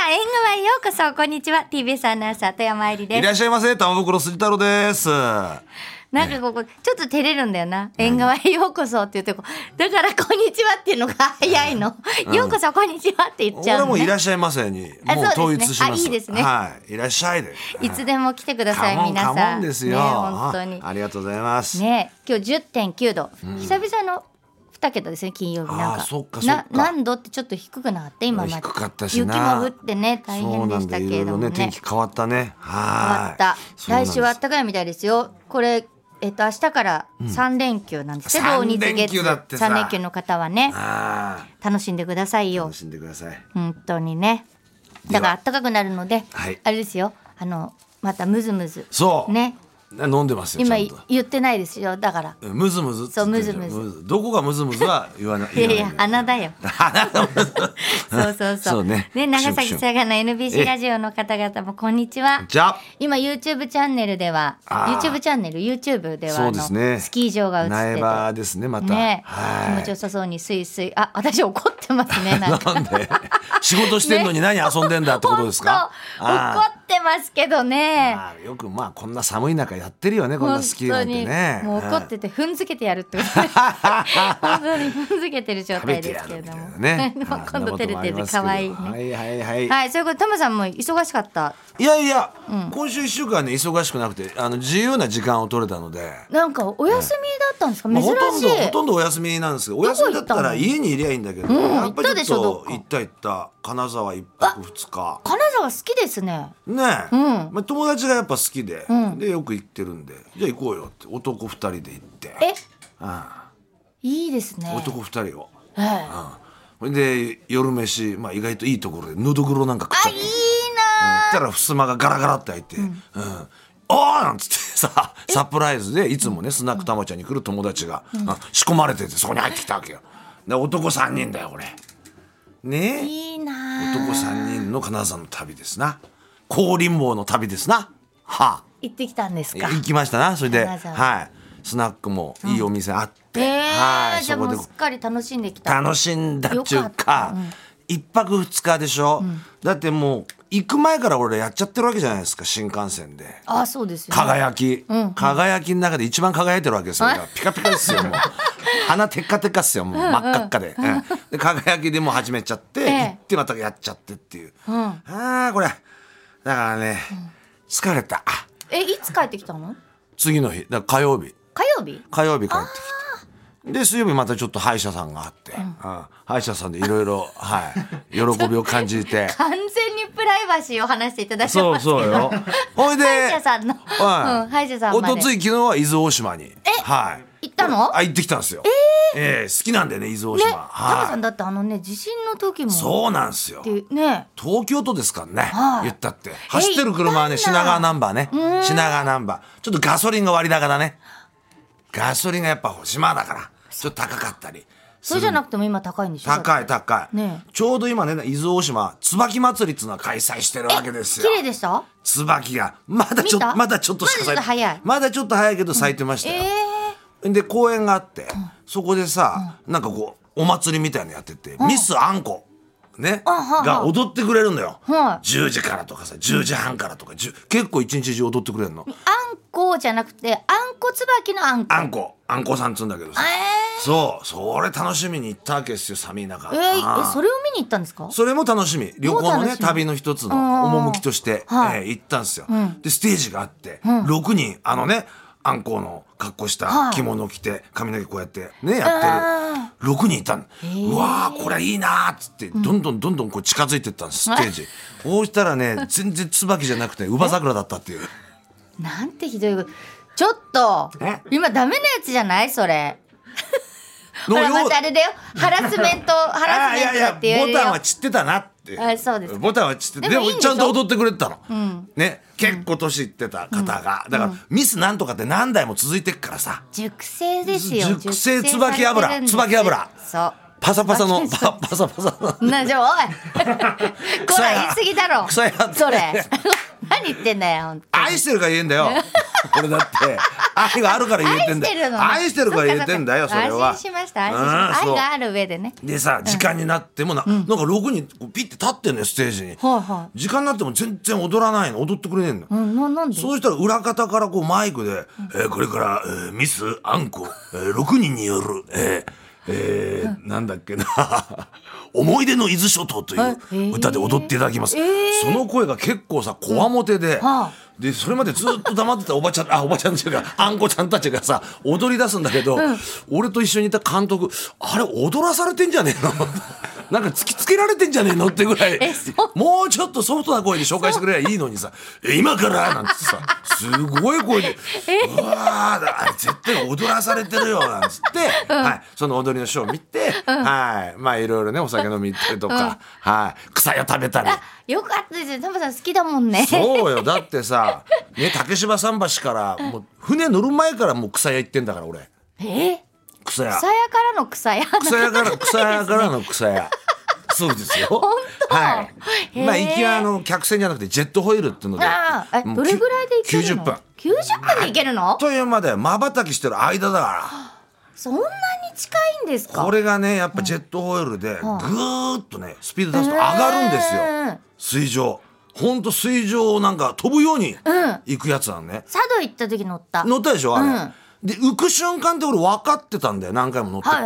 縁側へようこそ。こんにちは。 TBS アナウンサー富山えりです。 いらっしゃいませ。玉袋筋太郎です。 なんかここちょっと照れるんだよな。縁側へようこそって言ってこう、だからこんにちはっていうのが早いの、ようこそこんにちはって言っちゃうの、ね、 俺もいらっしゃいませにもう統一します。 いいですね。 はい、いらっしゃいで、 いつでも来てください。皆さんカモンですよ、 ね、本当にありがとうございますね。今日 10.9 度、久々の2桁ですね。金曜日なんかそっかそっか何度ってちょっと低くなって、今まで低かったしな、 雪も降ってね大変でしたけれどもね。 天気変わったね。 変わった。来週は暖かいみたいですよ。これ明日から3連休なんですけど、日月3連休の方はね、楽しんでくださいよ。 楽しんでください。 本当にね。だから暖かくなるので、あれですよ、またムズムズそうね、 飲んでますよ。 今言ってないですよ。だからムズムズ、 そうムズムズ、 どこがムズムズは言わない。 いやいや、鼻だよそうね、長崎佐賀の NBC ラジオの方々もこんにちは。今 YouTube チャンネルでは YouTube ではスキー場が映ってて、 苗場ですね。またね、気持ちよさそうにスイスイ。私怒ってますね。なんで仕事してんのに何遊んでんだってことですか。 怒ってますけどね。 よくこんな寒い中やってるよね、こんなスキーなんてね。 もう怒ってて踏んづけてやるってことで本当に踏んづけてる状態ですけれどもね。今度照れてて可愛いね。はい、そういうこと。タマさんも忙しかった。 いやいや、今週1週間ね忙しくなくて、自由な時間を取れたので。 なんかお休みだったんですか。珍しい。 ほとんどお休みなんですけど、お休みだったら家にいりゃいいんだけど、やっぱりちょっと行った金沢1泊2日。 金沢好きですね。 ねえ、友達がやっぱ好きで、でよく行ってるんで、じゃあ行こうよって男2人で行って。 いいですね。 男2人を。で夜飯、意外といいところでのどぐろなんか食っちゃって。いいな。 たら襖がガラガラって開いて、おーなんつってさ、サプライズでいつもねスナックたまちゃんに来る友達が仕込まれてて、そこに入ってきたわけよ。で男3人だよこれね。 いいな。 男3人の金沢の旅ですな。香林坊の旅ですな。 行ってきたんですか。 行きましたな。それでスナックもいいお店あって、 じゃあもうすっかり楽しんできた。 楽しんだっちゅうか、1泊2日でしょ、だってもう行く前から俺やっちゃってるわけじゃないですか、新幹線で。 そうですよ、 輝きの中で一番輝いてるわけですよ。ピカピカですよ。もう鼻テッカテカっすよ。もう真っ赤っかで、で輝きでもう始めちゃって、行ってまたやっちゃってっていう、これだからね、疲れた。 いつ帰ってきたの。 次の日だから火曜日帰ってきて、で水曜日またちょっと歯医者さんがあって、歯医者さんでいろいろ喜びを感じて完全にプライバシーを話していただきましたけど。 そうよ。ほいで歯医者さんの歯医者さんまで。 おとつい昨日は伊豆大島に行ったの。 行ってきたんですよ。好きなんでね、伊豆大島。 タマさんだって地震の時もそうなんですよ。東京都ですからね、言ったって走ってる車はね品川ナンバーね。品川ナンバーちょっとガソリンが割高だね。ガソリンがやっぱ島だからちょっと高かったり。 それじゃなくても今高いんでしょ。 高い、ちょうど今ね伊豆大島椿祭りっていうのは開催してるわけですよ。 綺麗でした。 椿がまだちょっとしか咲いて、まだちょっと早いけど咲いてましたよ。で公園があって、そこでさ、なんかこうお祭りみたいなのやってて、ミスあんこねが踊ってくれるのよ。10時からとかさ、10時半からとか、結構一日中踊ってくれるの。 あんこじゃなくてあんこ椿のあんこ。 あんこさんっつうんだけどさ、それ楽しみに行ったわけですよ、寒い中。 それを見に行ったんですか。 それも楽しみ、旅行のね旅の一つの趣として行ったんですよ。でステージがあって、6人あんこの格好した着物着て髪の毛こうやってねやってる6人いたの。うわーこれいいなーっつってどんどんこう近づいてったんです、ステージ。そうしたらね全然椿じゃなくて乳母桜だったっていう。 なんてひどい。ちょっと今ダメなやつじゃないそれ。ほらまたあれだよ、ハラスメントだって言うよ。 ボタンは散ってたなって。そうです。ボタンは散ってて、でもちゃんと踊ってくれてたの。ね、結構年いってた方が、だからミスなんとかって何代も続いてっからさ。 熟成ですよ。 熟成椿油。そう。 パサパサのパサパサのなじゃおいこら言い過ぎだろ草屋それ何言ってんだよ本当に。 愛してるから言えんだよ俺だって愛があるから言えてんだよ。愛してるから言えてんだよそれは。 安心しました安心しました。愛がある上でね。 でさ時間になってもなんか6人ピッて立ってんのよステージに、時間になっても全然踊らないの。踊ってくれねえの、 なんで。 そうしたら裏方からこうマイクで、これから、ミスあんこ、6人による、なんだっけな思い出の伊豆諸島という歌で踊っていただきます、その声が結構さこわもてで、でそれまでずっと黙ってたおばちゃんっていうかあんこちゃんたちがさ踊り出すんだけど、俺と一緒にいた監督あれ踊らされてんじゃねえのなんか突きつけられてんじゃねえのってぐらいもうちょっとソフトな声で紹介してくれりゃいいのにさ今からなんてさすごい声でうわー絶対踊らされてるよなんつって、はい、その踊りのショーを見て、はい、まあいろいろねお酒飲み行ったりとか、はい、草屋食べたり。 よかったですよタマさん好きだもんね。 そうよだってさ、ね、竹芝桟橋からもう船乗る前からもう草屋行ってんだから俺。草屋からの草屋からの草屋そうですよ。 本当、 はい、まあ行きは客船じゃなくてジェットホイールっていうのでどれぐらいで行けるの。90分で行けるの。 というまでまばたきしてる間だから。 そんなに近いんですか。 これがねやっぱジェットホイールでぐーっとねスピード出すと上がるんですよ、水上。ほんと水上をなんか飛ぶように行くやつなんね、 佐渡行った時乗ったでしょあれ、で浮く瞬間って俺分かってたんだよ何回も乗ってるから、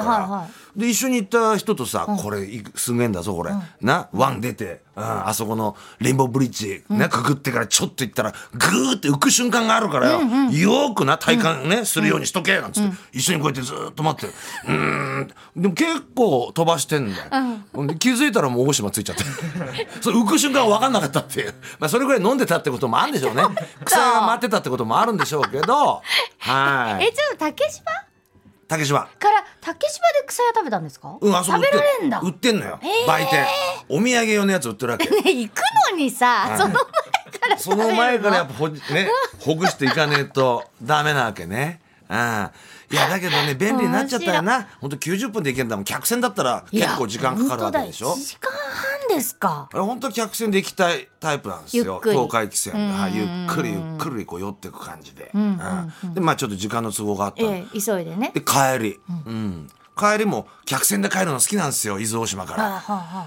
で一緒に行った人とさ、これすげえんだぞこれ、な湾出て、あそこのレインボーブリッジ、ねくぐってからちょっと行ったらグーって浮く瞬間があるからよ、よくな体感ね、するようにしとけなんつって、一緒にこうやってずっと待ってでも結構飛ばしてんだよ、気づいたらもう大島ついちゃってそれ浮く瞬間は分かんなかったっていう、まあ、それぐらい飲んでたってこともあるんでしょうね草屋が待ってたってこともあるんでしょうけど、はい、 ちょっと竹芝から竹芝で草屋食べたんですか。 あそこ食べられんだ。 売ってんのよ、売店お土産用のやつ売ってるわけ行くのにさ、 その前からやっぱほぐしていかねえとダメなわけね。いやだけどね便利になっちゃったよな。本当90分で行けるんだもん。客船だったら結構時間かかるわけでしょ。 1時間半ですか。 本当客船で行きたいタイプなんですよ。東海汽船で、ゆっくりこう寄っていく感じで、でまあちょっと時間の都合があった、 急いでね。 で帰りも客船で帰るの好きなんですよ伊豆大島から、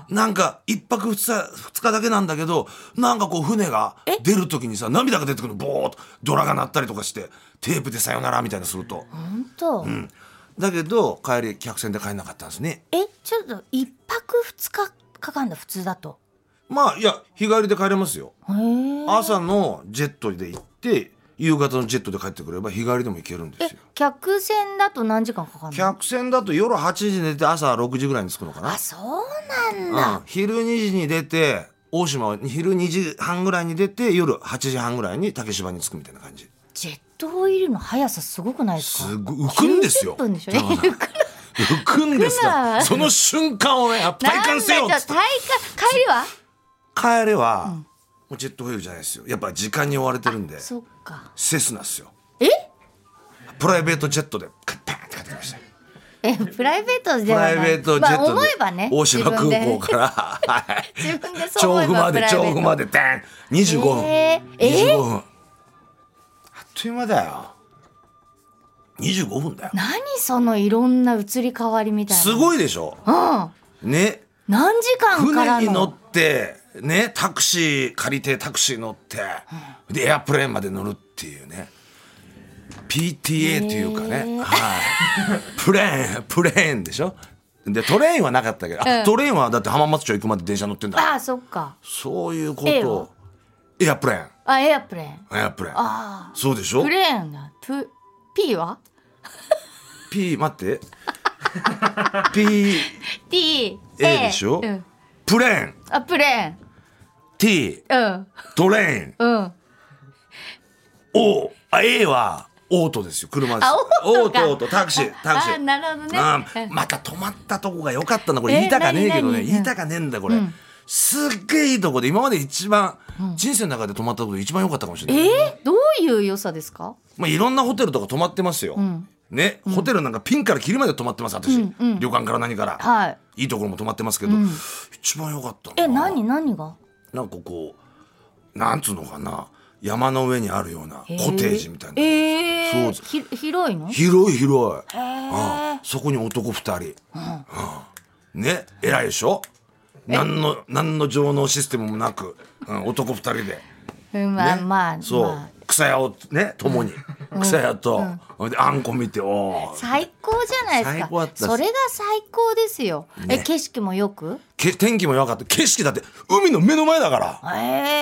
なんか1泊2日だけなんだけど、なんかこう船が出る時にさ涙が出てくるの、ボーっとドラが鳴ったりとかしてテープでさよならみたいなすると本当、 だけど帰り客船で帰んなかったんですね。 ちょっと1泊2日かかんだ普通だと。 まあいや日帰りで帰れますよ。朝のジェットで行って夕方のジェットで帰ってくれば日帰りでも行けるんですよ。 客船だと何時間かかるの。 客船だと夜8時に出て朝6時ぐらいに着くのかな。 そうなんだ、 昼2時に出て大島は昼2時半ぐらいに出て夜8時半ぐらいに竹芝に着くみたいな感じ。 ジェットオイルの速さすごくないですか。 すごい浮くんですよ。 90分でしょね浮くんですか。その瞬間をね体感せよっつって。帰りは、もうジェットホイールじゃないですよ。やっぱ時間に追われてるんで。 そっか。 セスナっすよ。プライベートジェットでパーンって帰ってきました。 プライベートではない。 プライベートジェットで、 思えばね、 大島空港から自分でそう思えば調布までダン25分、25分あっという間だよ。25分だよ。 何そのいろんな移り変わりみたいな。 すごいでしょ、ね。 何時間からの船に乗ってね、タクシー借りてタクシー乗って、でエアプレーンまで乗るっていうね、 PTA っていうかね、プレーンでしょ。でトレインはなかったけど、トレインはだって浜松町行くまで電車乗ってんだから。 そっか。 そういうことをエアプレーンそうでしょ。 プレーンだ。P は P 待って P A でしょ、プレーンプレーン T、トレイン、O、A はオートですよ。車です。オートタクシーなるほどね。 また止まったとこが良かったな。これ言いたかねえけどね、言いたかねえんだこれ、すっげえいいとこで今まで一番、人生の中で泊まったとこで一番良かったかもしれない。 どういう良さですか。 いろんなホテルとか泊まってますよ、 ね、ホテルなんかピンからキリまで泊まってます私、旅館から何から、いいところも泊まってますけど、一番良かったな。 何がなんかこうなんつうのかな、山の上にあるようなコテージみたいな、 そう広いの？ 広い、そこに男2人、ね、偉いでしょ。何の情能システムもなく、男2人で、そう草屋をね共に、草屋と、であんこ見て、 最高じゃないですか。それが最高ですよ、景色もよく、 天気も良かった。景色だって海の目の前だから。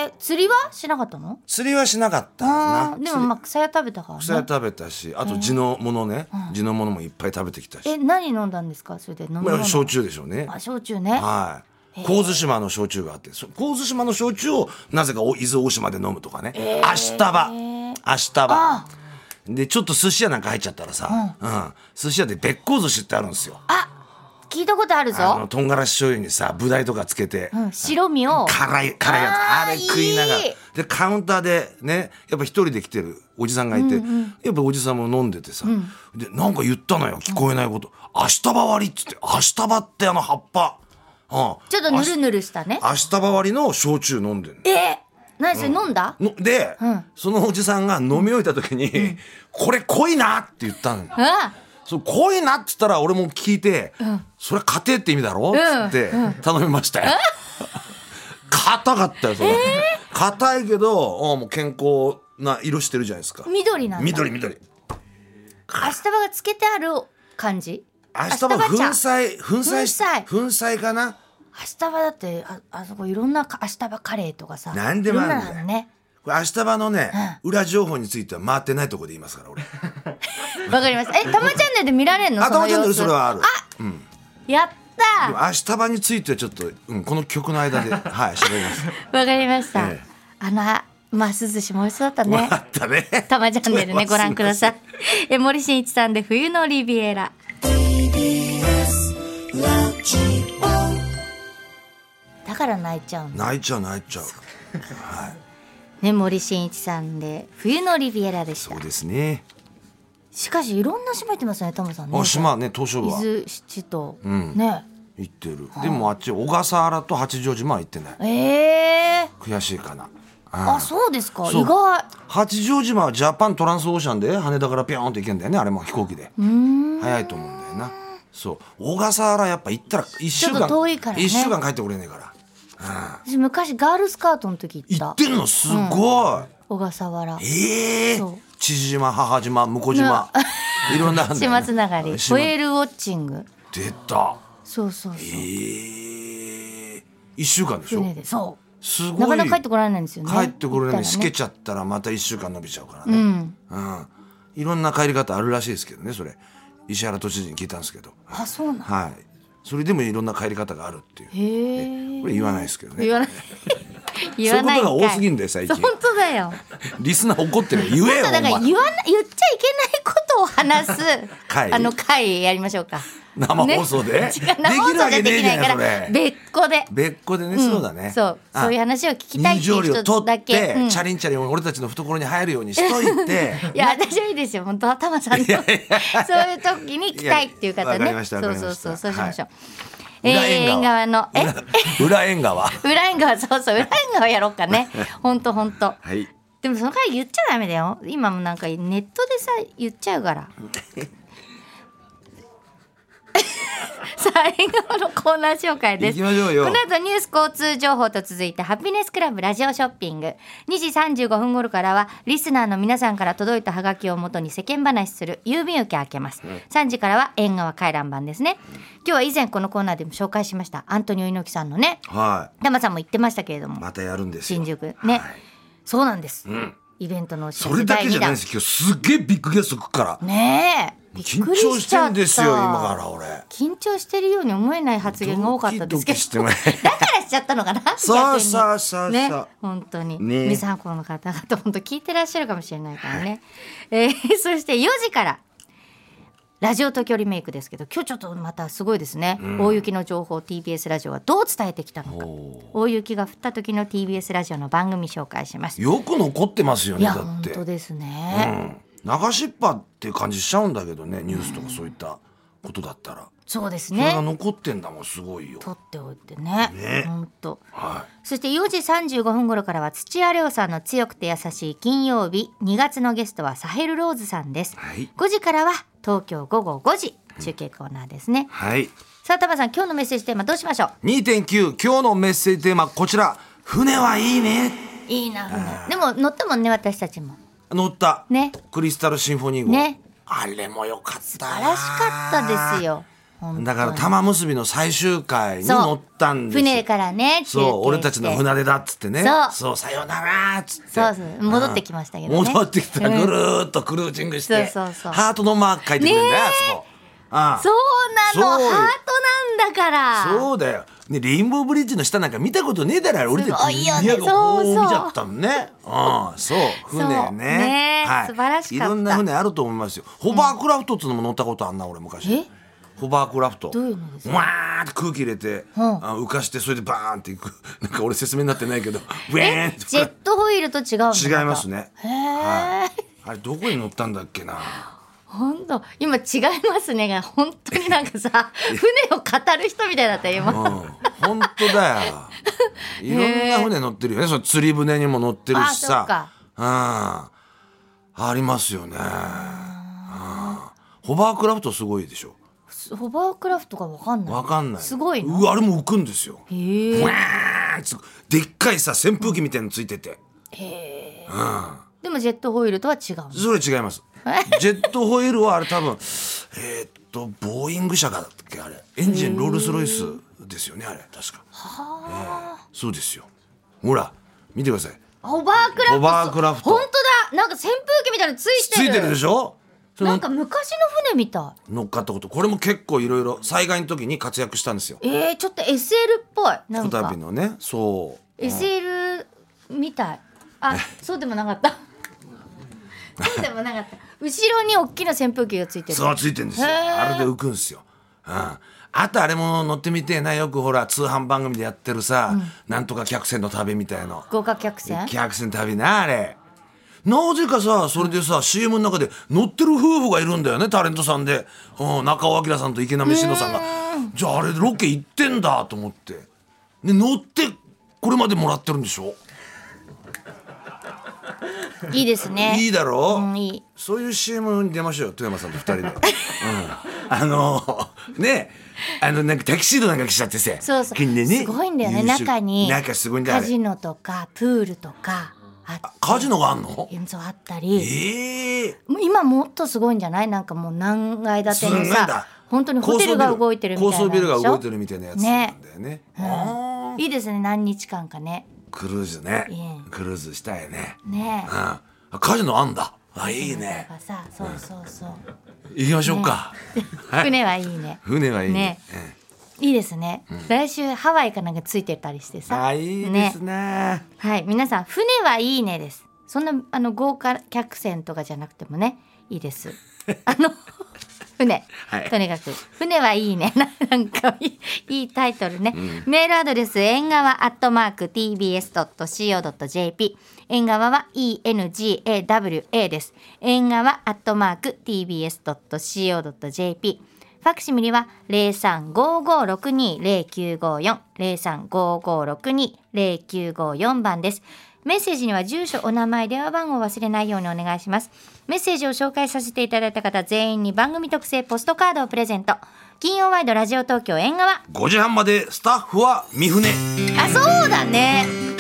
釣りはしなかったの？ 釣りはしなかったな。 でも草屋食べたからね。 草屋食べたし、あと地のものね、地のものもいっぱい食べてきたし。 何飲んだんですか？それで飲み物。 焼酎でしょうね。 焼酎ね。 神津島の焼酎があって、神津島の焼酎をなぜか伊豆大島で飲むとかね、明日場でちょっと寿司屋なんか入っちゃったらさ、寿司屋でべっこう寿司ってあるんですよ。 聞いたことあるぞ。 唐辛子醤油にさブダイとかつけて、 白身を辛いやつ、あれ食いながらでカウンターでね、やっぱ一人で来てるおじさんがいて、やっぱおじさんも飲んでてさ、でなんか言ったのよ、聞こえないこと、明日葉割りっつって、明日葉って葉っぱ、 ちょっとぬるぬるしたね、 明日葉割りの焼酎飲んでる。 何それ飲んだ？ で、そのおじさんが飲み終えた時に、これ濃いなって言ったの。そう濃いなって言ったら俺も聞いて、それ家庭って意味だろっつって頼みましたよ。硬かったよそれ。硬いけどもう健康な色してるじゃないですか。 緑なんだ。 緑。 明日葉がつけてある感じ。 明日葉粉砕かな。 明日葉だってあそこいろんな明日葉カレーとかさ、 なんでもあるんだよね。 これ明日葉のね、裏情報については回ってないところで言いますから俺。 わかります。たまチャンネルで見られるの？ たまチャンネルそれはある。 やったー。明日葉についてはちょっと、この曲の間で喋ります。 わかりました。ます寿司も美味しそうだったね。 あったね。 たまチャンネルねご覧ください。森進一さんで冬のリビエラ。だから泣いちゃう。森進一さんで冬のリビエラでした。 そうですね。 しかしいろんな島行ってますね、タモさんね。 島ね、東照宮、 伊豆七島、ね行ってる。でもあっち小笠原と八丈島は行ってない。悔しいかな。 そうですか。意外。 八丈島はジャパントランスオーシャンで羽田からピョーンって行けんだよね、あれも飛行機で。早いと思うんだよな。そう小笠原やっぱ行ったら1週間、 ちょっと遠いからね。 1週間帰ってこれねえから。 私昔ガールスカートの時行った。 行ってんのすごい。 小笠原。 父島、母島、婿島、いろんな島つながり。ホエールウォッチング出た。 そう 1週間でしょ。 船で。そうすごい。 なかなか帰ってこられないんですよね。 帰ってこれない。しけちゃったらまた1週間伸びちゃうからね。いろんな帰り方あるらしいですけどね。それ石原都知事に聞いたんですけど。 そうなん。 はい。それでもいろんな帰り方があるっていう。これ言わないですけどね。 言わない。 そういうことが多すぎんだよ最近。 本当だよ。 リスナー怒ってる。言えよ。 だから言っちゃいけないことを話す会やりましょうか。 生放送で。 生放送でできないから別個でね。そうだね。 そういう話を聞きたいっていう人だけ。 チャリンチャリン俺たちの懐に入るようにしといて。 いや私はいいですよ。本当タマさんのそういう時に来たいっていう方ね。そうしましょう。縁側の裏縁側裏縁側やろうかね。本当。 はい。 でもその回言っちゃダメだよ。今もなんかネットでさ言っちゃうから。さあ縁側のコーナー紹介です。 行きましょうよ。 この後ニュース交通情報と続いてハピネスクラブラジオショッピング。2時35分頃からはリスナーの皆さんから届いたハガキをもとに世間話する郵便受け開けます。3時からは縁側回覧版ですね。今日は以前このコーナーでも紹介しましたアントニオ猪木さんのね、タマさんも言ってましたけれども、 またやるんですよ新宿ね。そうなんです。イベントのそれだけじゃないんです。今日すっげえビッグゲスト来るからねえ。 緊張してるんですよ今から俺。 緊張してるように思えない発言が多かったですけど、だからしちゃったのかな。 そうね、本当にミサンコの方々本当聞いてらっしゃるかもしれないからね。そして4時からラジオ東京リメイクですけど、今日ちょっとまたすごいですね。大雪の情報 TBS ラジオはどう伝えてきたのか。大雪が降った時の TBS ラジオの番組紹介します。 よく残ってますよね。だっていや本当ですね。 流しっぱっていう感じしちゃうんだけどね、ニュースとかそういったことだったら。 そうですそれがね。 残ってんだもん、すごいよ。 取っておいてね。 ねほんと。 はそして4時35分頃からは土屋レオさんの強くて優しい金曜日、2月のゲストはサヘルローズさんです。 はい 5時からは東京午後5時中継コーナーですね。 はい。 さあタマさん、今日のメッセージテーマどうしましょう。 2.9 今日のメッセージテーマこちら。船はいいね。 いいな船。でも乗ったもんね、私たちも乗ったね。 クリスタルシンフォニー号ね、 あれもよかった。 素晴らしかったですよ。本当にだから玉結びの最終回に乗ったんですよ。 船からね、中継してそう俺たちの船出だっつってね。 そうさよならっつって。 そうそう戻ってきましたけどね。 戻ってきたらぐるーっとクルージングして、 そうハートのマーク書いてくれるんだよ、あそこ。 そうなの、 そうよハートなんだからそうだよ、ね、レインボーブリッジの下なんか見たことねえだろ、あれ俺ですごいよね。 こうそうそう見ちゃったのね。そう船そうねね、 はい、 素晴らしかった。 いろんな船あると思いますよ。ホバークラフトっていうのも乗ったことあんな俺昔。 えホバークラフトどういうのですか。 わーって空気入れて、浮かしてそれでバーンっていく。なんか俺説明になってないけどウェーンってジェットホイールと違うの。 違いますね。 へえ、 はい、あれどこに乗ったんだっけな。 本当今違いますねが本当になんかさ船を語る人みたいだったよ今。 本当だよ。いろんな船乗ってるよね。その釣り船にも乗ってるしさ。ありますよね。ホバークラフトすごいでしょ。 ホバークラフトが分かんない。 わかんない。 すごいの。 うわあれも浮くんですよ。 へえ。 わーでっかいさ扇風機みたいなのついてて。 へえ。でもジェットホイールとは違うの。 それ違います。ジェットホイールはあれ多分ボーイング社だっけあれ。エンジンロールスロイスですよねあれ確か。そうですよ。ほら見てください。 ホバークラフト。 ホバークラフト。 本当だ。なんか扇風機みたいなのついてる。 ついてるでしょ。 なんか昔の船みたい。 乗っかったこと。これも結構いろいろ災害の時に活躍したんですよ。 ちょっと SL っぽい。なんかこたびのね。そう、 SL みたい。そうでもなかった。そうでもなかった。後ろに大きな扇風機がついてる。 そうついてるんですよ。あれで浮くんですよ。あとあれも乗ってみてえな。よくほら通販番組でやってるさ、なんとか客船の旅みたいの。 豪華客船。 客船旅なあれ。なぜかさそれでさ CM の中で乗ってる夫婦がいるんだよね、タレントさんで。中尾明さんと池波志乃さんが。じゃああれロケ行ってんだと思って、ね、乗ってこれまでもらってるんでしょ。 いいですね。 いいだろ、 いい。 そういう CM に出ましょうよ、富山さんと2人で。ねなんかタキシードなんか着ちゃってせ。 そうそう。 近年ね、 すごいんだよね。中にすごいんだよカジノとかプールとかカジノがあんの？ そうあったり。 もう今もっとすごいんじゃない？なんかもう何階建てのさ、本当にホテルが動いてるみたいな。 高層ビルが動いてるみたいなやつなんだよね。 いいですね、何日間かね。 クルーズね。クルーズしたいね。 ねえ。カジノあんだ。いいね。 そうそうそう。 行きましょうか。 船はいいね。 船はいいね。 いいですね。来週ハワイかなんかついてたりしてさ。 いいですね。 はい、皆さん船はいいねです。そんな豪華客船とかじゃなくてもね、いいです。船、とにかく船はいいね。なんかいいタイトルね。メールアドレス縁側@tbs.co.jp。縁側は ENGAWA です。縁側@tbs.co.jp。ファクシミリは 0355620954 0355620954 番です。メッセージには住所、お名前、電話番号を忘れないようにお願いします。メッセージを紹介させていただいた方全員に番組特製ポストカードをプレゼント。金曜ワイドラジオ東京縁側 5時半までスタッフは三船。 そうだね。